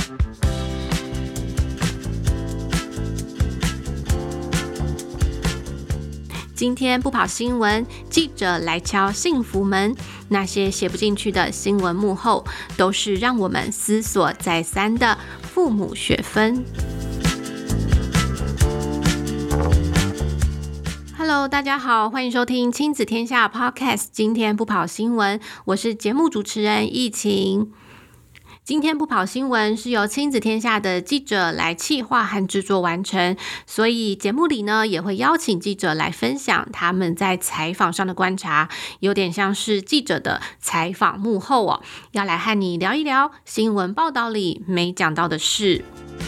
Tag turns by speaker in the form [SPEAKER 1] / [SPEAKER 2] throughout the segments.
[SPEAKER 1] 今天不跑新闻，记者来敲幸福门。那些写不进去的新闻幕后，都是让我们思索再三的父母学分。Hello， 大家好，欢迎收听亲子天下 Podcast。今天不跑新闻，我是节目主持人易晴。今天不跑新闻是由亲子天下的记者来企划和制作完成，所以节目里呢也会邀请记者来分享他们在采访上的观察，有点像是记者的采访幕后哦，要来和你聊一聊新闻报道里没讲到的事。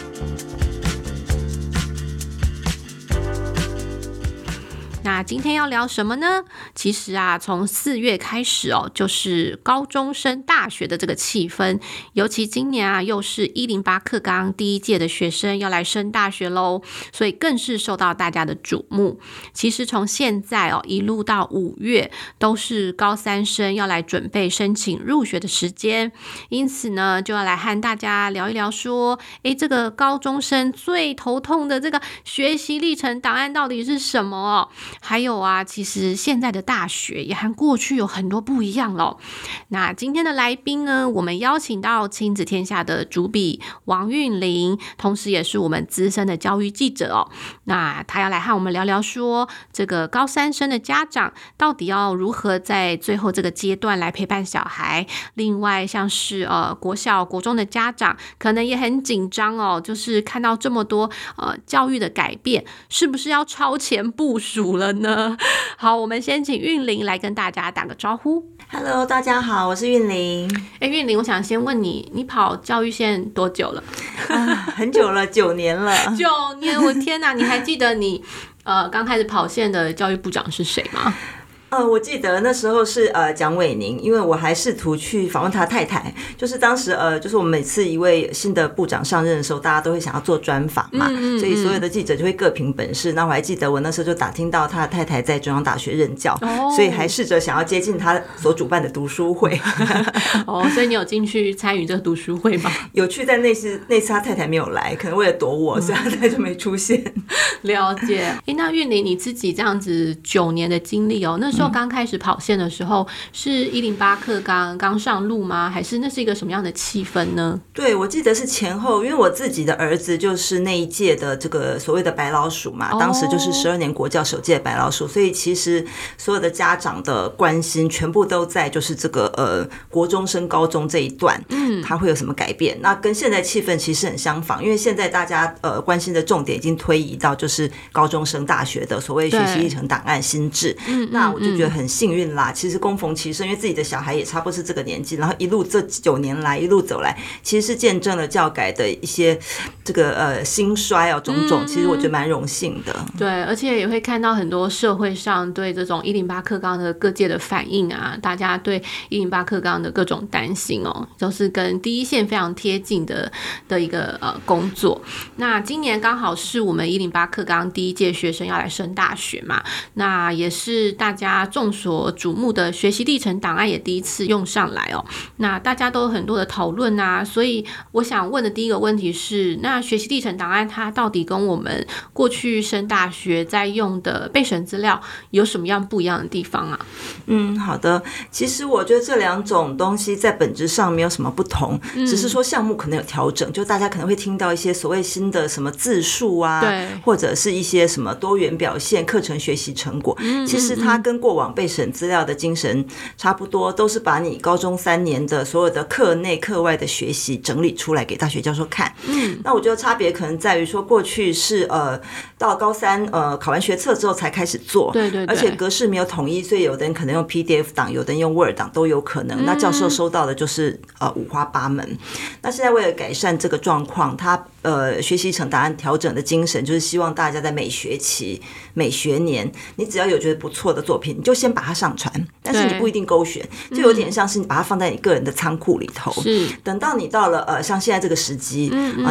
[SPEAKER 1] 那今天要聊什么呢？其实啊，从4月开始哦，就是高中升大学的这个气氛，尤其今年啊，又是108课纲第一届的学生要来升大学咯，所以更是受到大家的瞩目。其实从现在哦，一路到5月，都是高3生要来准备申请入学的时间，因此呢，就要来和大家聊一聊说，这个高中生最头痛的这个学习历程档案到底是什么哦？还有啊，其实现在的大学也和过去有很多不一样咯。那今天的来宾呢，我们邀请到亲子天下的主笔王韵玲，同时也是我们资深的教育记者哦。那他要来和我们聊聊说，这个高3生的家长到底要如何在最后这个阶段来陪伴小孩。另外像是国小国中的家长可能也很紧张哦，就是看到这么多教育的改变，是不是要超前部署了呢？好，我们先请韵玲来跟大家打个招呼。
[SPEAKER 2] Hello， 大家好，我是韵玲。
[SPEAKER 1] 韵玲，我想先问你，你跑教育线多久了？
[SPEAKER 2] 很久了，9年了。
[SPEAKER 1] 9年，我天哪！你还记得你刚开始跑线的教育部长是谁吗？
[SPEAKER 2] 我记得那时候是蒋伟宁，因为我还试图去访问他太太，就是当时就是我们每次一位新的部长上任的时候，大家都会想要做专访嘛，所以所有的记者就会各凭本事。那我还记得我那时候就打听到他的太太在中央大学任教，所以还试着想要接近他所主办的读书会。
[SPEAKER 1] 所以你有进去参与这个读书会吗？
[SPEAKER 2] 有去，但那次他太太没有来，可能为了躲我，所以他太太就没出现。
[SPEAKER 1] 了解。那韵玲你自己这样子9年的经历哦，那时候刚开始跑线的时候，是108课纲刚上路吗？还是那是一个什么样的气氛呢？
[SPEAKER 2] 对，我记得是前后，因为我自己的儿子就是那一届的这个所谓的白老鼠嘛，当时就是12年国教首届白老鼠，所以其实所有的家长的关心全部都在就是这个国中升高中这一段，它会有什么改变？那跟现在气氛其实很相仿，因为现在大家关心的重点已经推移到就是高中升大学的所谓学习历程档案新制，那我就觉得很幸运啦。其实恭逢其盛，因为自己的小孩也差不多是这个年纪，然后一路这9年来一路走来，其实是见证了教改的一些这个兴衰种种，其实我觉得蛮荣幸的。
[SPEAKER 1] 对，而且也会看到很多社会上对这种108课纲的各界的反应啊，大家对108课纲的各种担心哦，都是跟第一线非常贴近的一个工作。那今年刚好是我们108课纲第一届学生要来升大学嘛，那也是大家众所瞩目的学习历程档案也第一次用上来哦。那大家都有很多的讨论啊，所以我想问的第一个问题是，那学习历程档案它到底跟我们过去升大学在用的备审资料有什么样不一样的地方啊？
[SPEAKER 2] 好的。其实我觉得这2种东西在本质上没有什么不同，只是说项目可能有调整，就大家可能会听到一些所谓新的什么字数啊，对，或者是一些什么多元表现、课程学习成果，其实它跟过往备审资料的精神差不多，都是把你高中3年的所有的课内课外的学习整理出来给大学教授看。那我觉得差别可能在于说，过去是到高3考完学测之后才开始做，对，而且格式没有统一，所以有的人可能用 PDF 档，有的人用 Word 档都有可能。那教授收到的就是五花八门。那现在为了改善这个状况，他学习历程档案调整的精神就是希望大家在每学期、每学年，你只要有觉得不错的作品，你就先把它上传，但是你不一定勾选，就有点像是你把它放在你个人的仓库里头。等到你到了像现在这个时机你考完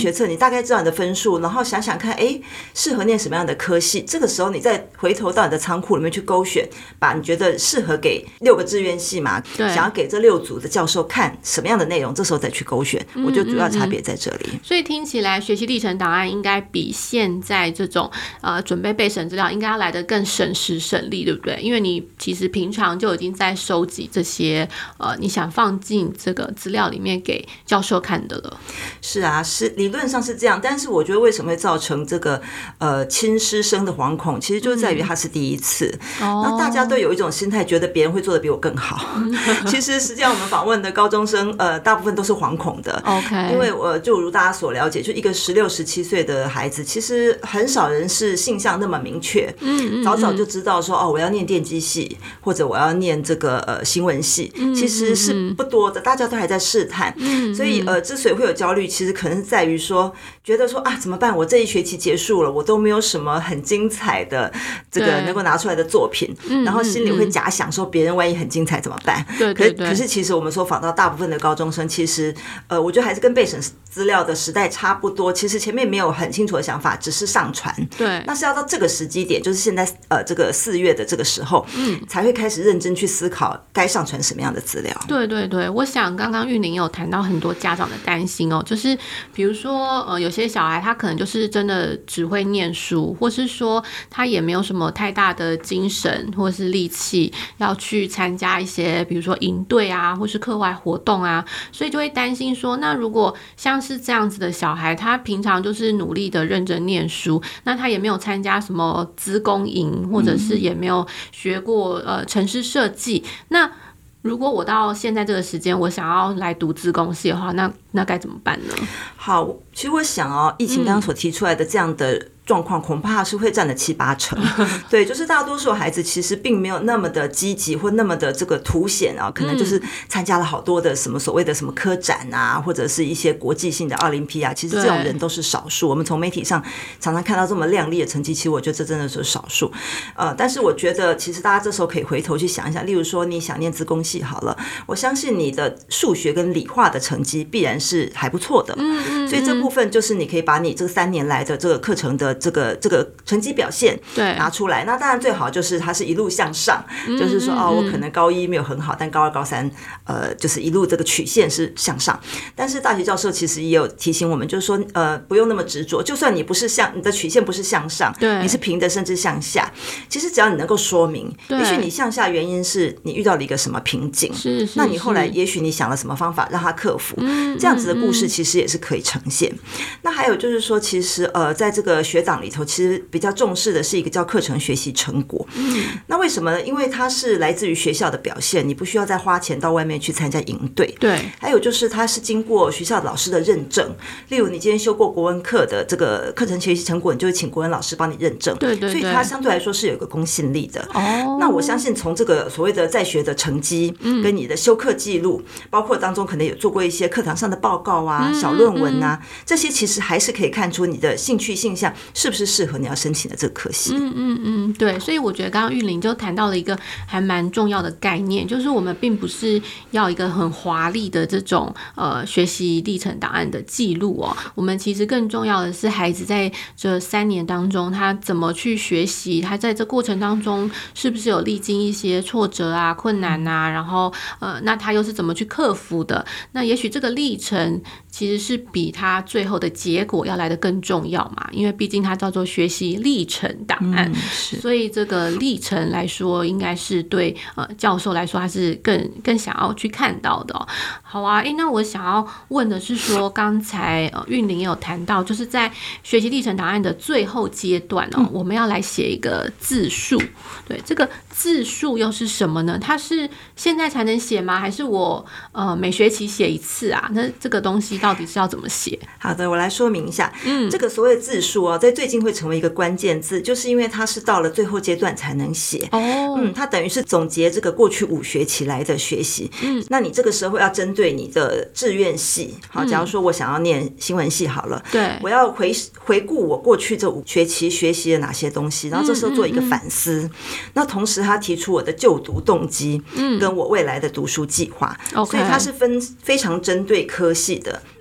[SPEAKER 2] 学测，你大概知道你的分数，然后想想看，适合念什么样的科系，这个时候你再回头到你的仓库里面去勾选，把你觉得适合给6个志愿系嘛，想要给这6组的教授看什么样的内容，这时候再去勾选，我觉得主要差别在这里。
[SPEAKER 1] 所以听起来学习历程档案应该比现在这种准备备审资料应该要来得更省时省力，对不对？因为你其实平常就已经在收集这些你想放进这个资料里面给教授看的了。
[SPEAKER 2] 是啊，是理论上是这样，但是我觉得为什么会造成这个亲师生的惶恐，其实就在于他是第一次，那大家都有一种心态，觉得别人会做得比我更好。其实实际上我们访问的高中生大部分都是惶恐的。因为就如大家所了解，就一个16、17岁的孩子，其实很少人是性向那么明确，早早就知道说我要念电机系，或者我要念这个新闻系，其实是不多的，大家都还在试探。所以之所以会有焦虑，其实可能是在于说，觉得说怎么办？我这一学期结束了，我都没有什么很精彩的这个能够拿出来的作品，然后心里会假想说别人万一很精彩怎么办？可是其实我们所访到大部分的高中生，其实我觉得还是跟备审资料的时代差不多，其实前面没有很清楚的想法，只是上传。
[SPEAKER 1] 对，
[SPEAKER 2] 那是要到这个时机点，就是现在这个4月的这个时候，才会开始认真去思考该上传什么样的资料。
[SPEAKER 1] 对对对，我想刚刚玉玲有谈到很多家长的担心就是比如说有些小孩他可能就是真的只会念书，或是说他也没有什么太大的精神或是力气要去参加一些比如说营队啊或是课外活动啊，所以就会担心说，那如果像是这样子的小孩，他平常就是努力的认真念书，那他也没有参加什么资工营，或者是也没有学过程式设计，那如果我到现在这个时间我想要来读资工系的话，那该怎么办呢？
[SPEAKER 2] 好，其实我想疫情刚刚所提出来的这样的状况，恐怕是会占了7、8成。对，就是大多数孩子其实并没有那么的积极，或那么的这个凸显可能就是参加了好多的什么所谓的什么科展啊，或者是一些国际性的奥林匹亚，其实这种人都是少数。我们从媒体上常常看到这么亮丽的成绩，其实我觉得这真的是少数。但是我觉得其实大家这时候可以回头去想一下，例如说你想念资工系好了，我相信你的数学跟理化的成绩必然是还不错的。所以这部分就是你可以把你这个3年来的这个课程的这个成绩表现拿出来。那当然最好就是它是一路向上，就是说我可能高1没有很好，但高2、高3就是一路这个曲线是向上。但是大学教授其实也有提醒我们，就是说不用那么执着，就算你不是你的曲线不是向上，你是平的甚至向下，其实只要你能够说明，也许你向下原因是你遇到了一个什么瓶颈，那你后来也许你想了什么方法让它克服，这样子的故事其实也是可以呈现。那还有就是说，其实在这个学档里头，其实比较重视的是一个叫课程学习成果。那为什么呢？因为它是来自于学校的表现，你不需要再花钱到外面去参加营队。
[SPEAKER 1] 对，
[SPEAKER 2] 还有就是它是经过学校老师的认证，例如你今天修过国文课的这个课程学习成果，你就会请国文老师帮你认证。
[SPEAKER 1] 对，所
[SPEAKER 2] 以它相对来说是有一个公信力的。那我相信从这个所谓的在学的成绩跟你的修课记录，包括当中可能有做过一些课堂上的报告啊、小论文啊，这些其实还是可以看出你的兴趣性向是不是适合你要申请的这个科系。
[SPEAKER 1] 对，所以我觉得刚刚玉玲就谈到了一个还蛮重要的概念，就是我们并不是要一个很华丽的这种学习历程档案的记录我们其实更重要的是孩子在这3年当中他怎么去学习，他在这过程当中是不是有历经一些挫折啊、困难啊，然后那他又是怎么去克服的，那也许这个历程其实是比他最后的结果要来得更重要嘛，因为毕竟它叫做学习历程档案，所以这个历程来说应该是对教授来说他是更想要去看到的好啊，那我想要问的是说，刚才韵玲也有谈到，就是在学习历程档案的最后阶段我们要来写一个字数。对，这个字数又是什么呢？它是现在才能写吗？还是我每学期写一次啊？那这个东西到底是要怎么写？
[SPEAKER 2] 好的，我来说明一下。这个所谓的字数在最近会成为一个关键字，就是因为它是到了最后阶段才能写。它等于是总结这个过去5学期来的学习。那你这个时候要针对你的志愿系，好，假如说我想要念新闻系好了，
[SPEAKER 1] 对，
[SPEAKER 2] 我要回顾我过去这5学期学习了哪些东西，然后这时候做一个反思。那同时他提出我的就读动机，跟我未来的读书计划。所以它是非常针对科系的。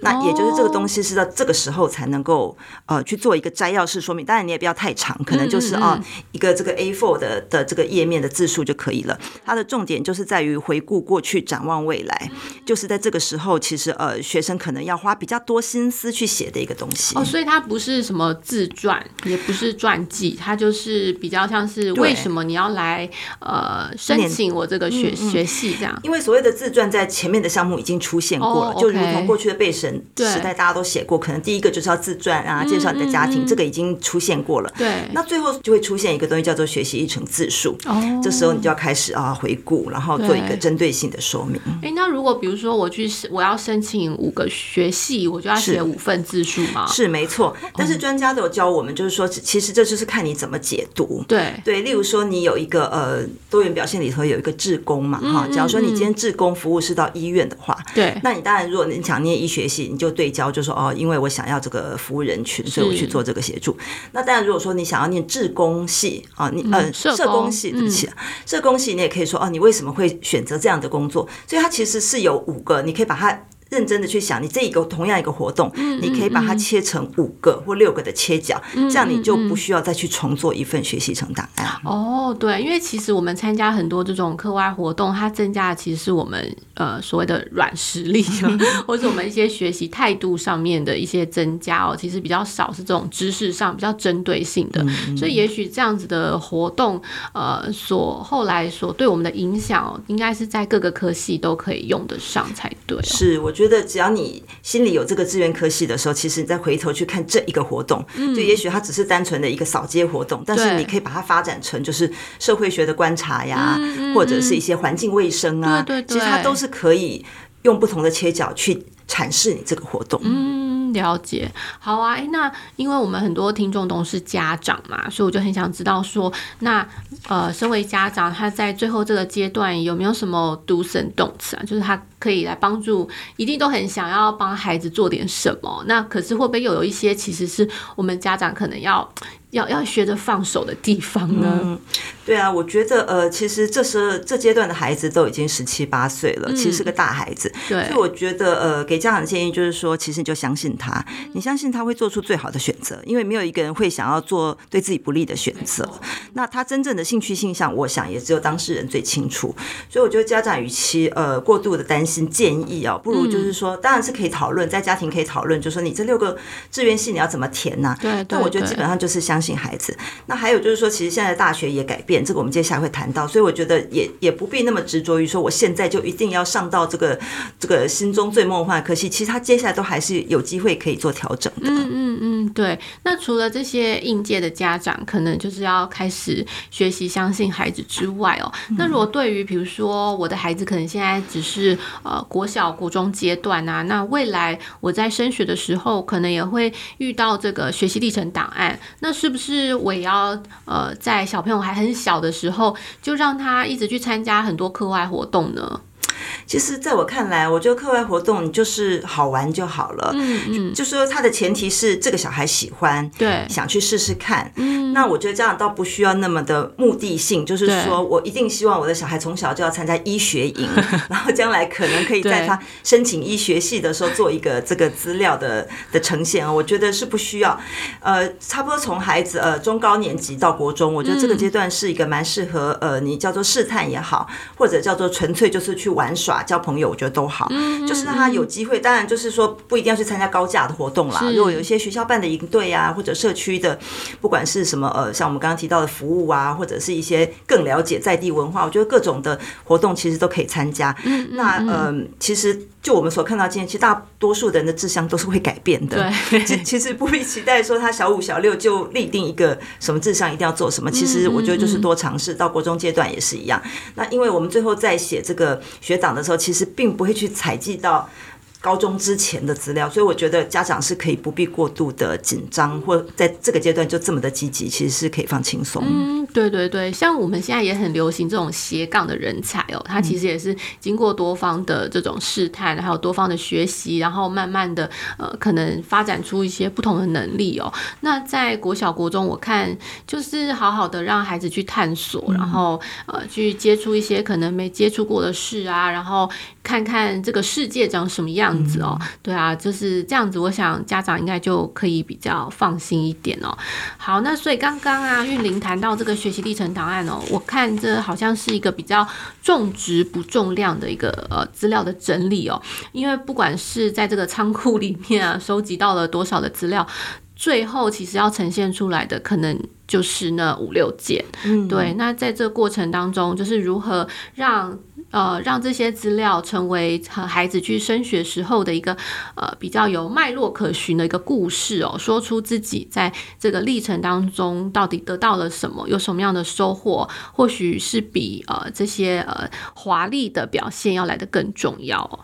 [SPEAKER 2] 那也就是这个东西是到这个时候才能够去做一个摘要式说明，当然你也不要太长，可能就是一个这个 A4 的这个页面的字数就可以了。它的重点就是在于回顾过去，展望未来，就是在这个时候，其实学生可能要花比较多心思去写的一个东西。
[SPEAKER 1] 所以它不是什么自传，也不是传记，它就是比较像是为什么你要来申请我这个学系这样。
[SPEAKER 2] 因为所谓的自传在前面的项目已经出现过了，就如同过去的备审时代大家都写过，可能第一个就是要自传啊，介绍你的家庭，这个已经出现过了。
[SPEAKER 1] 对，
[SPEAKER 2] 那最后就会出现一个东西叫做学习历程自述。这时候你就要开始回顾，然后做一个针对性的说明。
[SPEAKER 1] 那如果比如说我要申请5个学系，我就要写5份自述吗？
[SPEAKER 2] 是没错，但是专家都有教我们，就是说其实这就是看你怎么解读。对，例如说你有一个多元表现里头有一个志工嘛，假如说你今天志工服务是到医院的话，
[SPEAKER 1] 对，
[SPEAKER 2] 那你当然如果你想念医学系，你就对焦，就说因为我想要这个服务人群，所以我去做这个协助。那当然如果说你想要念志工系社工系，对不起，社工系你也可以说你为什么会选择这样的工作？所以它其实是有5个，你可以把它认真的去想，你这一个同样一个活动，你可以把它切成5个或6个的切角，这样你就不需要再去重做一份学习成档案。
[SPEAKER 1] 对，因为其实我们参加很多这种课外活动，它增加的其实是我们所谓的软实力，或者我们一些学习态度上面的一些增加其实比较少是这种知识上比较针对性的，所以也许这样子的活动后来所对我们的影响应该是在各个科系都可以用得上才对。
[SPEAKER 2] 是，我觉得只要你心里有这个志愿科系的时候，其实你再回头去看这一个活动，就也许它只是单纯的一个扫街活动，但是你可以把它发展成就是社会学的观察呀，或者是一些环境卫生啊，其实它都是可以用不同的切角去阐释你这个活动。
[SPEAKER 1] 了解，好啊。那因为我们很多听众都是家长嘛，所以我就很想知道说，那身为家长，他在最后这个阶段有没有什么 do's and don'ts 啊？就是他可以来帮助，一定都很想要帮孩子做点什么。那可是会不会又有一些其实是我们家长可能要学着放手的地方呢？
[SPEAKER 2] 对啊，我觉得其实这阶段的孩子都已经17、18岁了，其实是个大孩子。对，所以我觉得给家长的建议就是说，其实你就相信他，你相信他会做出最好的选择，因为没有一个人会想要做对自己不利的选择。那他真正的兴趣倾向，我想也只有当事人最清楚。所以我觉得家长与其过度的担心，建议不如就是说，当然是可以讨论，在家庭可以讨论，就是说你这6个志愿系你要怎么填啊？对，但我觉得基本上就是相信孩子。那还有就是说，其实现在的大学也改变，这个我们接下来会谈到，所以我觉得也不必那么执着于说我现在就一定要上到这个心中最梦幻的科系，其实他接下来都还是有机会可以做调整的。
[SPEAKER 1] 对。那除了这些应届的家长可能就是要开始学习相信孩子之外那如果对于比如说我的孩子可能现在只是国小国中阶段啊，那未来我在升学的时候可能也会遇到这个学习历程档案，那是不是我也要在小朋友还很小的时候就让他一直去参加很多课外活动呢？
[SPEAKER 2] 其实在我看来，我觉得课外活动你就是好玩就好了。就说它的前提是这个小孩喜欢，对，想去试试看。那我觉得家长倒不需要那么的目的性，就是说我一定希望我的小孩从小就要参加医学营，然后将来可能可以在他申请医学系的时候做一个这个资料的呈现我觉得是不需要。差不多从孩子中高年级到国中，我觉得这个阶段是一个蛮适合你叫做试探也好，或者叫做纯粹就是去玩耍交朋友，我觉得都好。就是让他有机会，当然就是说不一定要去参加高价的活动啦。如果有一些学校办的营队啊，或者社区的，不管是什么像我们刚刚提到的服务啊，或者是一些更了解在地文化，我觉得各种的活动其实都可以参加。那其实就我们所看到今天，其实大多数人的志向都是会改变的。其实不必期待说他小5、小6就立定一个什么志向一定要做什么。其实我觉得就是多尝试，到国中阶段也是一样。那因为我们最后在写这个学档的时候，其实并不会去采集到高中之前的资料，所以我觉得家长是可以不必过度的紧张，或在这个阶段就这么的积极，其实是可以放轻松。
[SPEAKER 1] 对对对，像我们现在也很流行这种斜杠的人才他其实也是经过多方的这种试探，还有多方的学习，然后慢慢的可能发展出一些不同的能力那在国小国中，我看就是好好的让孩子去探索，然后去接触一些可能没接触过的事啊，然后看看这个世界长什么样样子哦。对啊，就是这样子，我想家长应该就可以比较放心一点哦。好，那所以刚刚啊，韵玲谈到这个学习历程档案哦，我看这好像是一个比较重质不重量的一个资料的整理哦，因为不管是在这个仓库里面啊，收集到了多少的资料，最后其实要呈现出来的可能就是那5-6件。对，那在这个过程当中，就是如何让这些资料成为孩子去升学时候的一个比较有脉络可循的一个故事哦，说出自己在这个历程当中到底得到了什么，有什么样的收获，或许是比这些华丽的表现要来得更重要哦。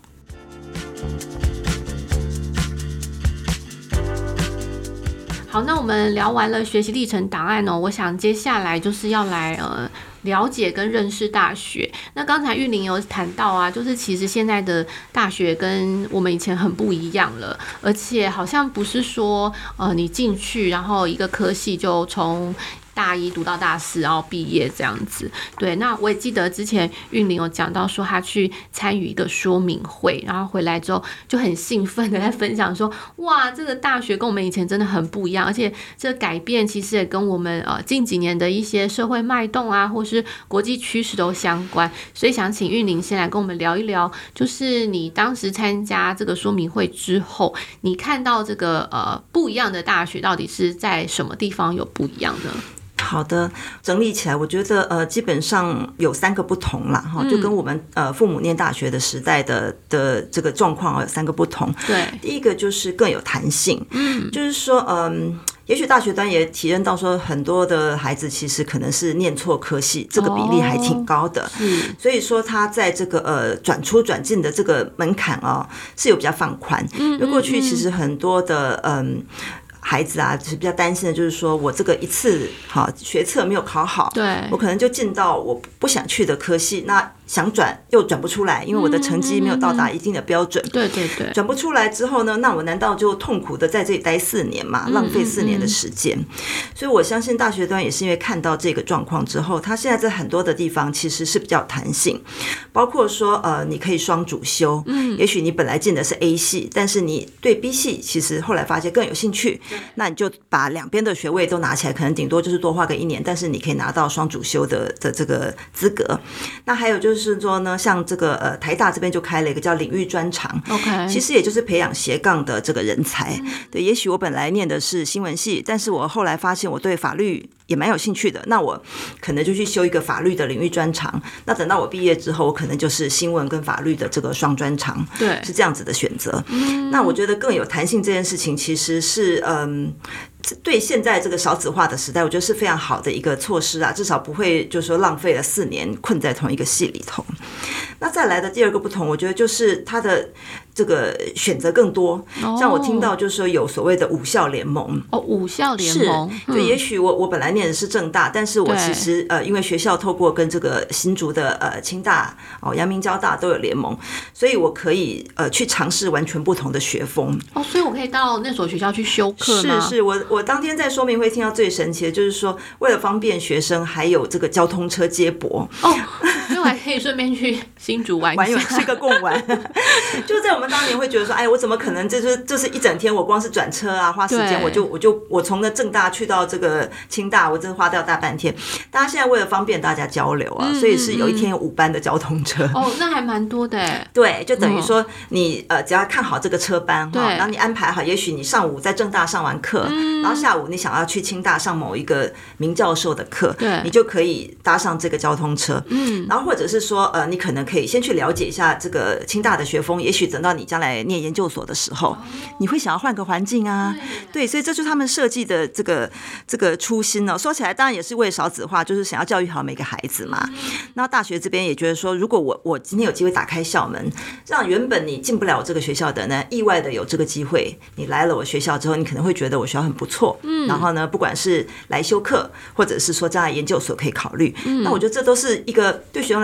[SPEAKER 1] 好，那我们聊完了学习历程档案哦，我想接下来就是要来了解跟认识大学。那刚才韵玲有谈到啊，就是其实现在的大学跟我们以前很不一样了，而且好像不是说你进去然后一个科系就从大1读到大4，然后毕业这样子。对，那我也记得之前韵玲有讲到说，她去参与一个说明会，然后回来之后就很兴奋的在分享说，哇，这个大学跟我们以前真的很不一样，而且这个改变其实也跟我们近几年的一些社会脉动啊，或是国际趋势都相关。所以想请韵玲先来跟我们聊一聊，就是你当时参加这个说明会之后，你看到这个不一样的大学到底是在什么地方有不一样呢？
[SPEAKER 2] 好的，整理起来，我觉得基本上有3个不同啦，就跟我们父母念大学的时代的这个状况有3个不同。
[SPEAKER 1] 对，
[SPEAKER 2] 第一个就是更有弹性，就是说也许大学端也体认到说，很多的孩子其实可能是念错科系，这个比例还挺高的，所以说他在这个转出转进的这个门槛是有比较放宽。因为过去其实很多的孩子啊，就是比较担心的，就是说我这个一次学测没有考好，
[SPEAKER 1] 对，
[SPEAKER 2] 我可能就进到我不想去的科系，那想转又转不出来，因为我的成绩没有到达一定的标准。
[SPEAKER 1] 对对对，
[SPEAKER 2] 转不出来之后呢，那我难道就痛苦的在这里待4年嘛？浪费4年的时间。所以我相信大学端也是因为看到这个状况之后，他现在在很多的地方其实是比较弹性，包括说你可以双主修，也许你本来进的是 A 系，但是你对 B 系其实后来发现更有兴趣，那你就把2边的学位都拿起来，可能顶多就是多花个1年，但是你可以拿到双主修的这个资格。那还有就是说呢，像这个台大这边就开了一个叫领域专长
[SPEAKER 1] ，OK，
[SPEAKER 2] 其实也就是培养斜杠的这个人才。对，也许我本来念的是新闻系，但是我后来发现我对法律也蛮有兴趣的，那我可能就去修一个法律的领域专长。那等到我毕业之后，我可能就是新闻跟法律的这个双专长，
[SPEAKER 1] 对，
[SPEAKER 2] 是这样子的选择。那我觉得更有弹性这件事情，其实是对现在这个少子化的时代，我觉得是非常好的一个措施啊，至少不会就是说浪费了4年困在同一个系里头。那再来的第2个不同，我觉得就是它的这个选择更多。像我听到就是说有所谓的5校联盟
[SPEAKER 1] 5校联盟，
[SPEAKER 2] 就也许我本来念的是政大，但是我其实因为学校透过跟这个新竹的清大阳明交大都有联盟，所以我可以去尝试完全不同的学风。
[SPEAKER 1] 所以我可以到那所学校去修课吗？
[SPEAKER 2] 是，我当天在说明会听到最神奇的就是说，为了方便学生，还有这个交通车接驳
[SPEAKER 1] 所以我还可以顺便去新竹玩一下，
[SPEAKER 2] 是个共玩。就在我们当年会觉得说，哎，我怎么可能就是一整天，我光是转车啊，花时间，我从那政大去到这个清大，我真的花掉大半天。大家现在为了方便大家交流啊，所以是有一天有5班的交通车。
[SPEAKER 1] 那还蛮多的耶。
[SPEAKER 2] 对，就等于说你只要看好这个车班，然后你安排好，也许你上午在政大上完课，然后下午你想要去清大上某一个名教授的课，你就可以搭上这个交通车。然后或者是说你可能可以先去了解一下这个清大的学风，也许等到你将来念研究所的时候，你会想要换个环境啊。对，所以这就是他们设计的这个初心哦。说起来当然也是为少子化，就是想要教育好每个孩子嘛。然后大学这边也觉得说，如果我今天有机会打开校门，让原本你进不了这个学校的呢，意外的有这个机会，你来了我学校之后，你可能会觉得我学校很不错。然后呢，不管是来修课，或者是说将来研究所可以考虑。那我觉得这都是一个对学生来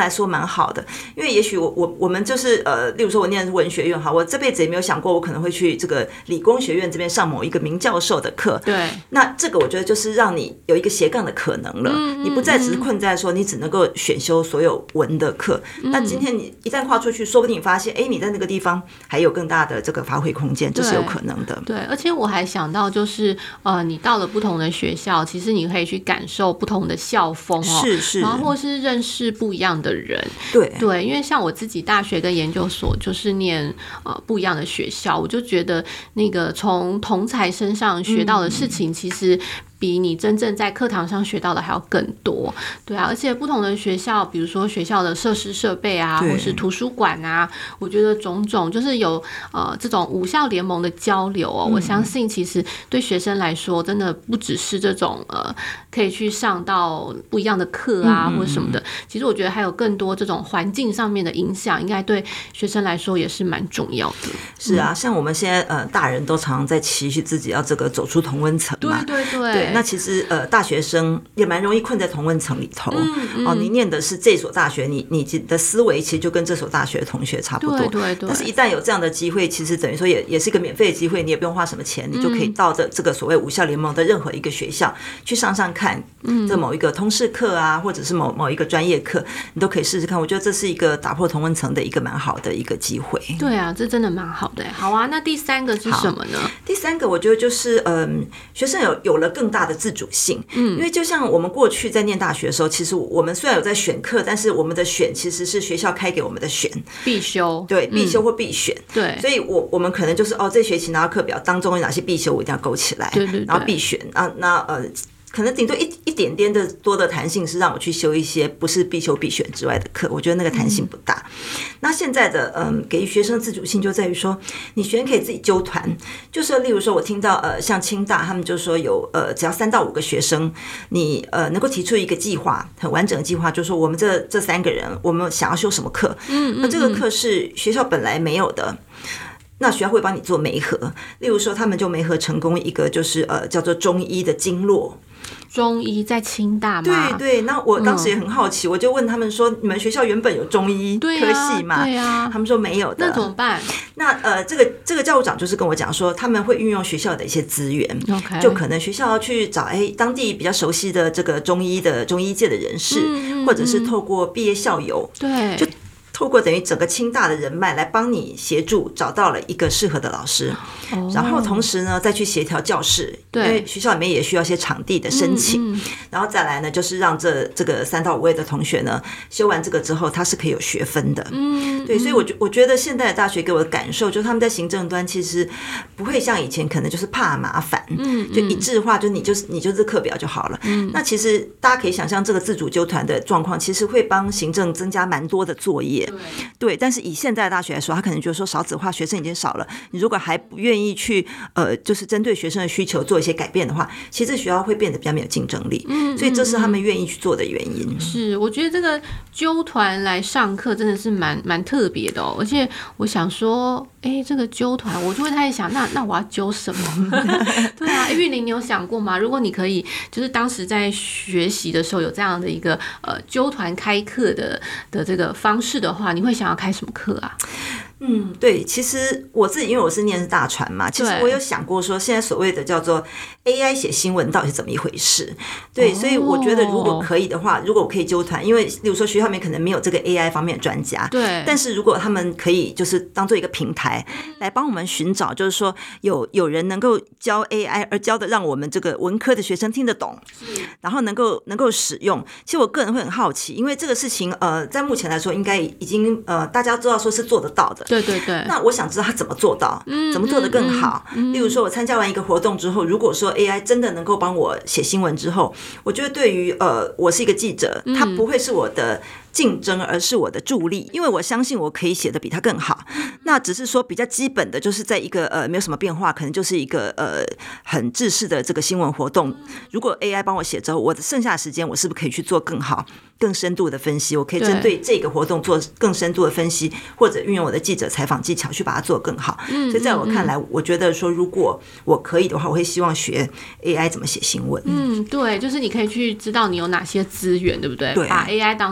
[SPEAKER 2] 来说蛮好的，因为也许我们就是例如说我念的是文学院哈，我这辈子也没有想过我可能会去这个理工学院这边上某一个名教授的课。
[SPEAKER 1] 对，
[SPEAKER 2] 那这个我觉得就是让你有一个斜杠的可能了，你不再只是困在说你只能够选修所有文的课。那今天你一旦跨出去，说不定你发现，你在那个地方还有更大的这个发挥空间，这是有可能的。
[SPEAKER 1] 对，而且我还想到就是你到了不同的学校，其实你可以去感受不同的校风
[SPEAKER 2] 是，
[SPEAKER 1] 然后或是认识不一样的人。
[SPEAKER 2] 对，
[SPEAKER 1] 因为像我自己大学跟研究所就是念不一样的学校，我就觉得那个从同侪身上学到的事情，其实比你真正在课堂上学到的还要更多。对啊，而且不同的学校，比如说学校的设施设备啊，或是图书馆啊，我觉得种种就是有这种五校联盟的交流我相信其实对学生来说，真的不只是这种可以去上到不一样的课啊，或者什么的。其实我觉得还有更多这种环境上面的影响，应该对学生来说也是蛮重要的。
[SPEAKER 2] 是啊，像我们现在大人都常常在期许自己要这个走出同温层嘛。
[SPEAKER 1] 对。
[SPEAKER 2] 那其实大学生也蛮容易困在同温层里头。你念的是这所大学，你的思维其实就跟这所大学的同学差不多。
[SPEAKER 1] 对。但
[SPEAKER 2] 是一旦有这样的机会，其实等于说也是一个免费的机会，你也不用花什么钱，你就可以到这个所谓五校联盟的任何一个学校去上看这某一个通识课啊，或者是某一个专业课，你都可以试试看。我觉得这是一个打破同温层的一个蛮好的一个机会。
[SPEAKER 1] 对啊，这真的蛮好的。好啊，那第三个是什么呢？
[SPEAKER 2] 第三个我觉得就是学生有了更大的自主性。因为就像我们过去在念大学的时候，其实我们虽然有在选课，但是我们的选其实是学校开给我们的选，必修。对，必修或必选。
[SPEAKER 1] 对，
[SPEAKER 2] 所以我们可能就是这学期拿到课表当中有哪些必修我一定要勾起来。
[SPEAKER 1] 对，
[SPEAKER 2] 然后必选可能顶多一点点的多的弹性是让我去修一些不是必修必选之外的课，我觉得那个弹性不大。那现在的给予学生自主性就在于说，你学生可以自己揪团，就是例如说我听到像清大他们就说有只要3到5个学生，你能够提出一个计划，很完整的计划，就是说我们这3个人我们想要修什么课，那这个课是学校本来没有的。那学校会帮你做媒合，例如说他们就媒合成功一个就是叫做中医的经络。
[SPEAKER 1] 中医在清大吗？
[SPEAKER 2] 对，那我当时也很好奇，我就问他们说：“你们学校原本有中医科系吗？”
[SPEAKER 1] 对啊，
[SPEAKER 2] 他们说没有的。
[SPEAKER 1] 那怎么办？
[SPEAKER 2] 那这个教务长就是跟我讲说，他们会运用学校的一些资源，就可能学校要去找当地比较熟悉的这个中医界的人士，或者是透过毕业校友，
[SPEAKER 1] 对，
[SPEAKER 2] 就透过等于整个清大的人脉来帮你协助找到了一个适合的老师，然后同时呢再去协调教室，因为学校里面也需要一些场地的申请，然后再来呢就是让这个3到5位的同学呢修完这个之后他是可以有学分的。对，所以我觉得现在的大学给我的感受就是他们在行政端其实不会像以前可能就是怕麻烦，就一致化，就你就是课表就好了。那其实大家可以想象这个自主纠团的状况其实会帮行政增加蛮多的作业。对，但是以现在的大学来说，他可能觉得说少子化，学生已经少了，你如果还不愿意去就是针对学生的需求做一些改变的话，其实学校会变得比较没有竞争力。所以这是他们愿意去做的原因。
[SPEAKER 1] 是，我觉得这个纠团来上课真的是蛮特别的而且我想说，这个纠团，我就会开始想，那我要纠什么？对啊，玉玲，你有想过吗？如果你可以，就是当时在学习的时候有这样的一个纠团开课的这个方式的话，你会想要开什么课啊？
[SPEAKER 2] 对，其实我自己因为我是念大传嘛，其实我有想过说，现在所谓的叫做 AI 写新闻到底是怎么一回事？对，所以我觉得如果可以的话，如果我可以纠团，因为例如说学校里面可能没有这个 AI 方面的专家，
[SPEAKER 1] 对，
[SPEAKER 2] 但是如果他们可以就是当做一个平台来帮我们寻找，就是说有人能够教 AI， 而教的让我们这个文科的学生听得懂，然后能够使用。其实我个人会很好奇，因为这个事情在目前来说应该已经大家知道说是做得到的。
[SPEAKER 1] 对。
[SPEAKER 2] 那我想知道他怎么做到，怎么做得更好。例如说我参加完一个活动之后，如果说 AI 真的能够帮我写新闻之后，我觉得对于我是一个记者，他不会是我的竞争，而是我的助力，因为我相信我可以写得比他更好。那只是说比较基本的，就是在一个没有什么变化，可能就是一个很制式的这个新闻活动。如果 AI 帮我写之后，我的剩下的时间我是不是可以去做更好、更深度的分析？我可以针对这个活动做更深度的分析，或者运用我的记者采访技巧去把它做更好。所以在我看来，我觉得说如果我可以的话，我会希望学 AI 怎么写新闻。
[SPEAKER 1] 对，就是你可以去知道你有哪些资源，对不对？
[SPEAKER 2] 对，
[SPEAKER 1] 把 AI 当作是你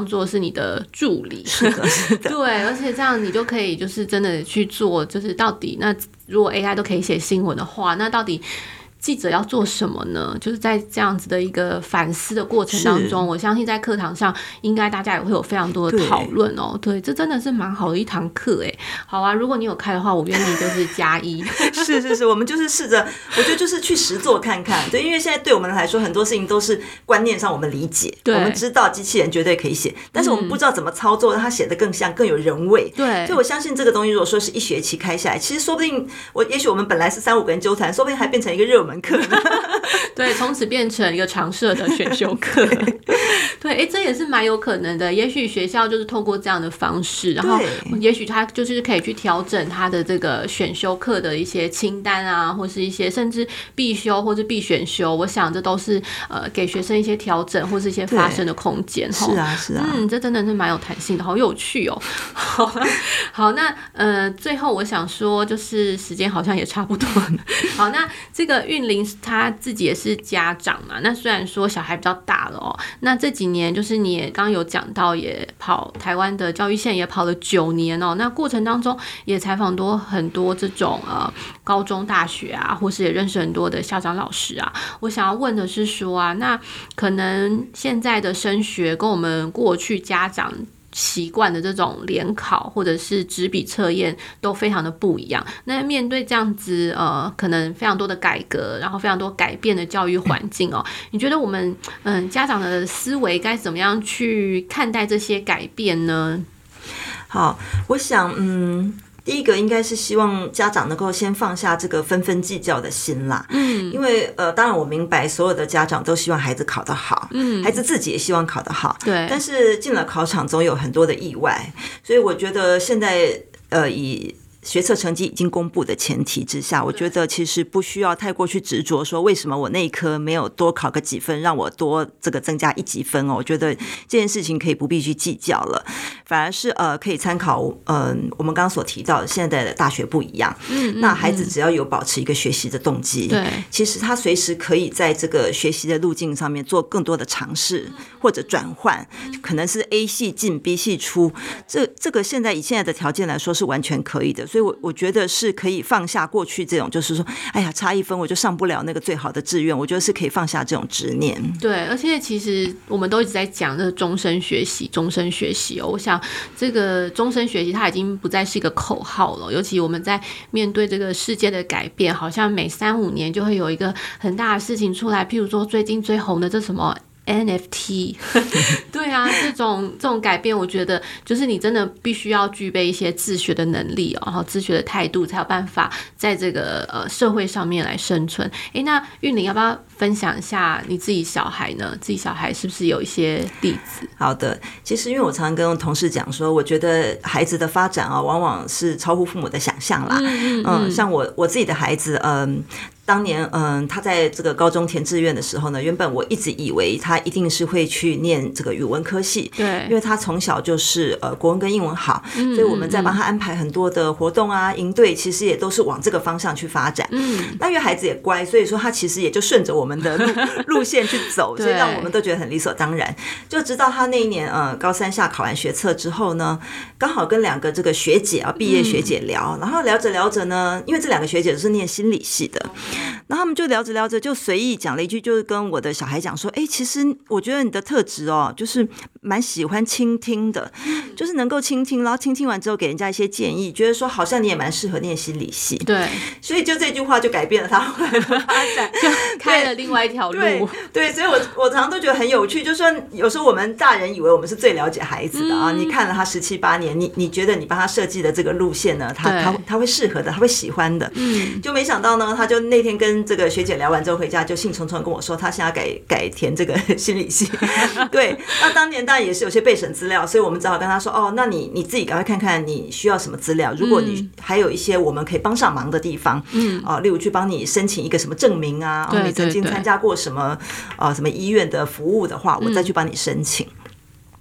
[SPEAKER 1] 你的助理。
[SPEAKER 2] 是的，是的，
[SPEAKER 1] 对，而且这样你就可以就是真的去做，就是到底那如果 AI 都可以写新闻的话，那到底记者要做什么呢？就是在这样子的一个反思的过程当中，我相信在课堂上应该大家也会有非常多的讨论哦。对，这真的是蛮好的一堂课哎。好啊，如果你有开的话，我愿意就是+1。
[SPEAKER 2] 是，我们就是试着，我觉得就是去实做看看。对，因为现在对我们来说，很多事情都是观念上我们理解，我们知道机器人绝对可以写，但是我们不知道怎么操作，让它写得更像、更有人味。
[SPEAKER 1] 对，
[SPEAKER 2] 所以我相信这个东西，如果说是一学期开下来，其实说不定也许我们本来是3-5个人纠缠，说不定还变成一个热门课。
[SPEAKER 1] 对，从此变成一个常设的选修课。对，这也是蛮有可能的。也许学校就是透过这样的方式，然后也许他就是可以去调整他的这个选修课的一些清单啊，或是一些甚至必修或是必选修。我想这都是给学生一些调整或是一些发声的空间。
[SPEAKER 2] 是啊，
[SPEAKER 1] 这真的是蛮有弹性的，好有趣哦。好，那最后我想说，就是时间好像也差不多了。好，那这个韵玲她自己也是家长嘛，那虽然说小孩比较大了哦，那这几年就是你也刚刚有讲到，也跑台湾的教育线也跑了9年哦，那过程当中也采访很多这种高中大学啊，或是也认识很多的校长老师啊。我想要问的是说啊，那可能现在的升学跟我们过去家长习惯的这种联考或者是纸笔测验都非常的不一样。那面对这样子可能非常多的改革，然后非常多改变的教育环境哦，你觉得我们家长的思维该怎么样去看待这些改变呢？
[SPEAKER 2] 好，我想第一个应该是希望家长能够先放下这个纷纷计较的心啦，因为当然我明白所有的家长都希望孩子考得好，孩子自己也希望考得好，
[SPEAKER 1] 对，
[SPEAKER 2] 但是进了考场总有很多的意外，所以我觉得现在以学测成绩已经公布的前提之下，我觉得其实不需要太过去执着说为什么我那一科没有多考个几分，让我多这个增加1级分哦。我觉得这件事情可以不必去计较了，反而是可以参考我们刚刚所提到的现在的大学不一样，那孩子只要有保持一个学习的动机，
[SPEAKER 1] 对，
[SPEAKER 2] 其实他随时可以在这个学习的路径上面做更多的尝试或者转换，可能是 A 系进 B 系出，这个现在以现在的条件来说是完全可以的。所以我觉得是可以放下过去这种就是说哎呀差1分我就上不了那个最好的志愿，我觉得是可以放下这种执念。
[SPEAKER 1] 对，而且其实我们都一直在讲这个终身学习哦，我想这个终身学习它已经不再是一个口号了，尤其我们在面对这个世界的改变，好像每3-5年就会有一个很大的事情出来，譬如说最近最红的这什么NFT 对啊，这种改变我觉得就是你真的必须要具备一些自学的能力然后自学的态度才有办法在这个社会上面来生存。那韵玲要不要分享一下你自己小孩呢？自己小孩是不是有一些例子？
[SPEAKER 2] 好的，其实因为我常常跟同事讲说，我觉得孩子的发展往往是超乎父母的想象啦。像我自己的孩子当年他在这个高中填志愿的时候呢，原本我一直以为他一定是会去念这个语文科系，
[SPEAKER 1] 对，
[SPEAKER 2] 因为他从小就是国文跟英文好，所以我们在帮他安排很多的活动啊营队，其实也都是往这个方向去发展。那因为孩子也乖，所以说他其实也就顺着我们的路线去走，所以让我们都觉得很理所当然。就直到他那一年高3下考完学测之后呢，刚好跟2个这个学姐毕业学姐聊，然后聊着聊着呢，因为这2个学姐都是念心理系的，然后他们就聊着聊着就随意讲了一句，就是跟我的小孩讲说，其实我觉得你的特质就是蛮喜欢倾听的，就是能够倾听，然后倾听完之后给人家一些建议，觉得说好像你也蛮适合念心理系。
[SPEAKER 1] 对，
[SPEAKER 2] 所以就这句话就改变了他后来的发展，
[SPEAKER 1] 就开了另外一条路。
[SPEAKER 2] 对，所以我常常都觉得很有趣，就是说有时候我们大人以为我们是最了解孩子的你看了他17、18年，你觉得你帮他设计的这个路线呢，他会适合的，他会喜欢的，就没想到呢，他就那天跟这个学姐聊完之后回家就兴冲冲跟我说，他现在改填这个心理系。对，那当年当然也是有些备审资料，所以我们只好跟他说，那你自己赶快看看你需要什么资料，如果你还有一些我们可以帮上忙的地方，例如去帮你申请一个什么证明啊，你曾经参加过什么医院的服务的话，我再去帮你申请。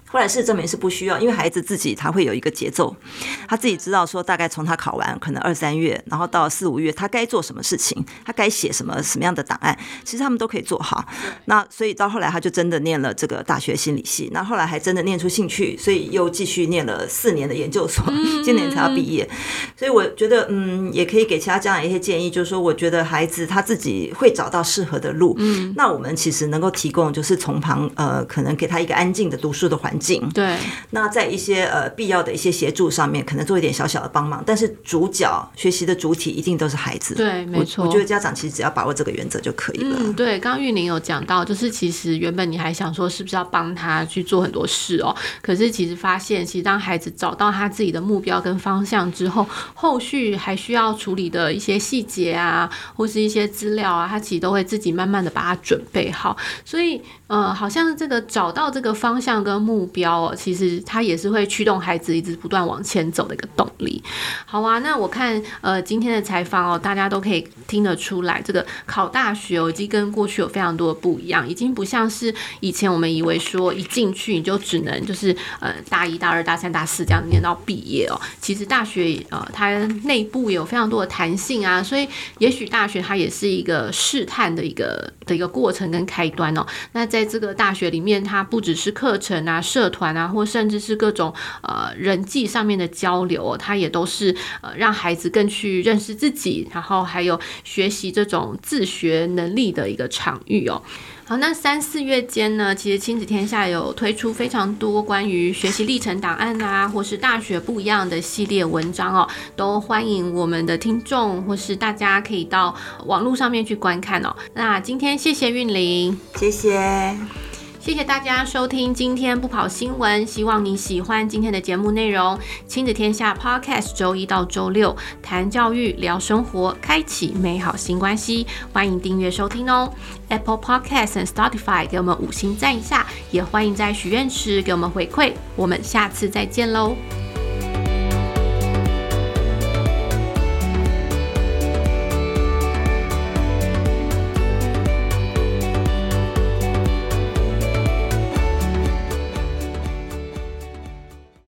[SPEAKER 2] 后来事实证明是不需要，因为孩子自己他会有一个节奏，他自己知道说大概从他考完可能2、3月，然后到4、5月他该做什么事情，他该写什么样的档案，其实他们都可以做好。那所以到后来他就真的念了这个大学心理系，那后来还真的念出兴趣，所以又继续念了4年的研究所，今年才要毕业。所以我觉得也可以给其他家长一些建议，就是说我觉得孩子他自己会找到适合的路，那我们其实能够提供就是从旁可能给他一个安静的读书的环境，
[SPEAKER 1] 对，
[SPEAKER 2] 那在一些必要的一些协助上面可能做一点小小的帮忙，但是主角学习的主体一定都是孩子。
[SPEAKER 1] 对，没错。
[SPEAKER 2] 我觉得家长其实只要把握这个原则就可以了。
[SPEAKER 1] 对，刚刚玉玲有讲到，就是其实原本你还想说是不是要帮他去做很多事哦，可是其实发现，其实当孩子找到他自己的目标跟方向之后，后续还需要处理的一些细节啊，或是一些资料啊，他其实都会自己慢慢的把它准备好。所以好像这个找到这个方向跟目标哦，其实它也是会驱动孩子一直不断往前走的一个动力。好啊，那我看今天的采访哦，大家都可以听得出来，这个考大学已经跟过去有非常多的不一样，已经不像是以前我们以为说一进去你就只能就是大1、大2、大3、大4这样念到毕业哦。其实大学它内部有非常多的弹性啊，所以也许大学它也是一个试探的一个过程跟开端哦。那在这个大学里面，它不只是课程啊、社团啊，或甚至是各种人际上面的交流它也都是让孩子更去认识自己，然后还有学习这种自学能力的一个场域哦。好，那3、4月间呢，其实亲子天下有推出非常多关于学习历程档案啊，或是大学不一样的系列文章哦，都欢迎我们的听众或是大家可以到网络上面去观看哦。那今天谢谢韵玲，
[SPEAKER 2] 谢谢。
[SPEAKER 1] 谢谢大家收听今天不跑新闻，希望你喜欢今天的节目内容。亲子天下 Podcast 周1到周6谈教育、聊生活，开启美好新关系，欢迎订阅收听哦。Apple Podcast 和 Spotify 给我们5星赞一下，也欢迎在许愿池给我们回馈。我们下次再见喽。